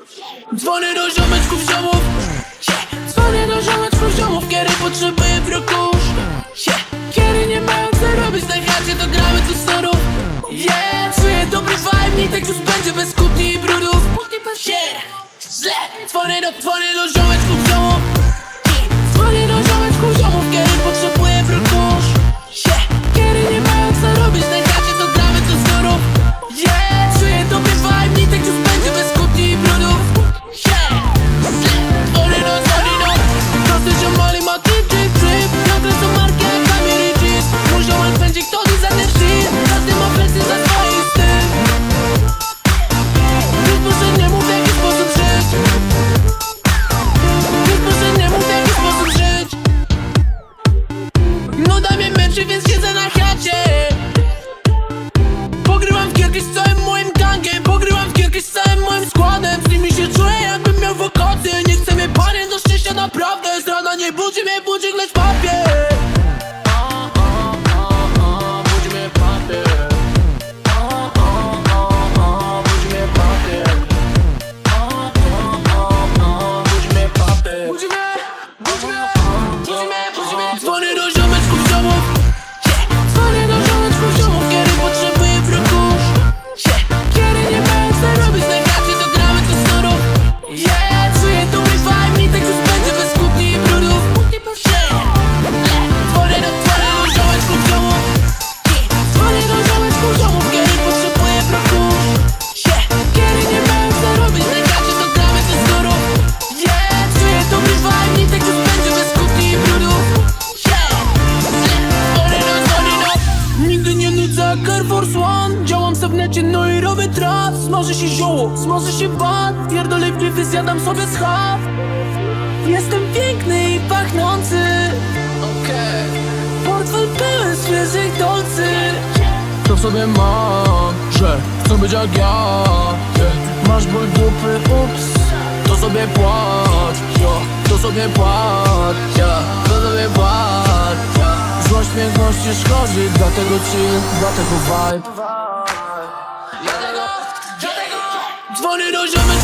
Dzwonię do ziomeczków ziomów. Dzwonię do ziomeczków ziomów, kiedy potrzebuję brokusz. Kiedy nie mają co robić na chacie, to gramy tu snorów. Czuję dobry vibe, nikt tak już będzie bez kłótni i brudów. Źle, dzwonię do ziomeczków ziomów. Dzwonię do ziomeczków ziomów, kiedy potrzebuję brokusz. Kiedy nie mają co robić na chacie, to gramy tu snorów. Czuję dobry vibe, nikt tak już będzie bez kłótni i brudów. Prosty ziomali ma trip. Piątre są marki jak Camry G's. Mój ziomal będzie ktoś za ten shit. Każdy ma wersję za swoje styl. Więc proszę nie mów w jaki sposób żyć. Więc proszę nie mów w jaki sposób żyć. Nuda mnie męczy, więc siedzę na chacie. Pogrywam w gierki z całym moim gangiem. Pogrywam w gierki z całym moim składem. Z nimi się czuję jakbym miał wakaty. Nie chcę mnie panie do szczęścia naprawdę. Z rana nie budzi mnie budzik, lecz papier. Budzi mnie papier. Budzi mnie papier. Budzi mnie papier. Budzi mnie. Dzwonię do ziomeczków ziomów. Dzwonię do ziomeczków ziomów, kiedy potrzebuję brokusz. Kiedy nie mają co robić na chacie, to gramy tu snorów. Czuję dobry vibe, nikt tak już będzie bez kłótni i brudów. Dzwonię do ziomeczków ziomów. Dzwonię do ziomeczków ziomów, kiedy potrzebuję brokusz. Kiedy nie mają co robić na chacie, to gramy tu snorów. Czuję dobry vibe, nikt tak już będzie bez kłótni i brudów. Nigdy nie nudzę jak Air Force One. Działam se w necie, no i robię trap. Smaży się zioło, smaży się bat. Pierdolę piwy, zjadam sobie schab. Jestem piękny i pachnący. Portfel pełen świeżych dolcy. To w sobie mam, że chcę być jak ja. Masz ból dupy, ups. To sobie płacz, to sobie płacz, to sobie płacz. Złość piękności szkodzi, dlatego chill, dlatego vibe. Dzwonię do ziomeczków.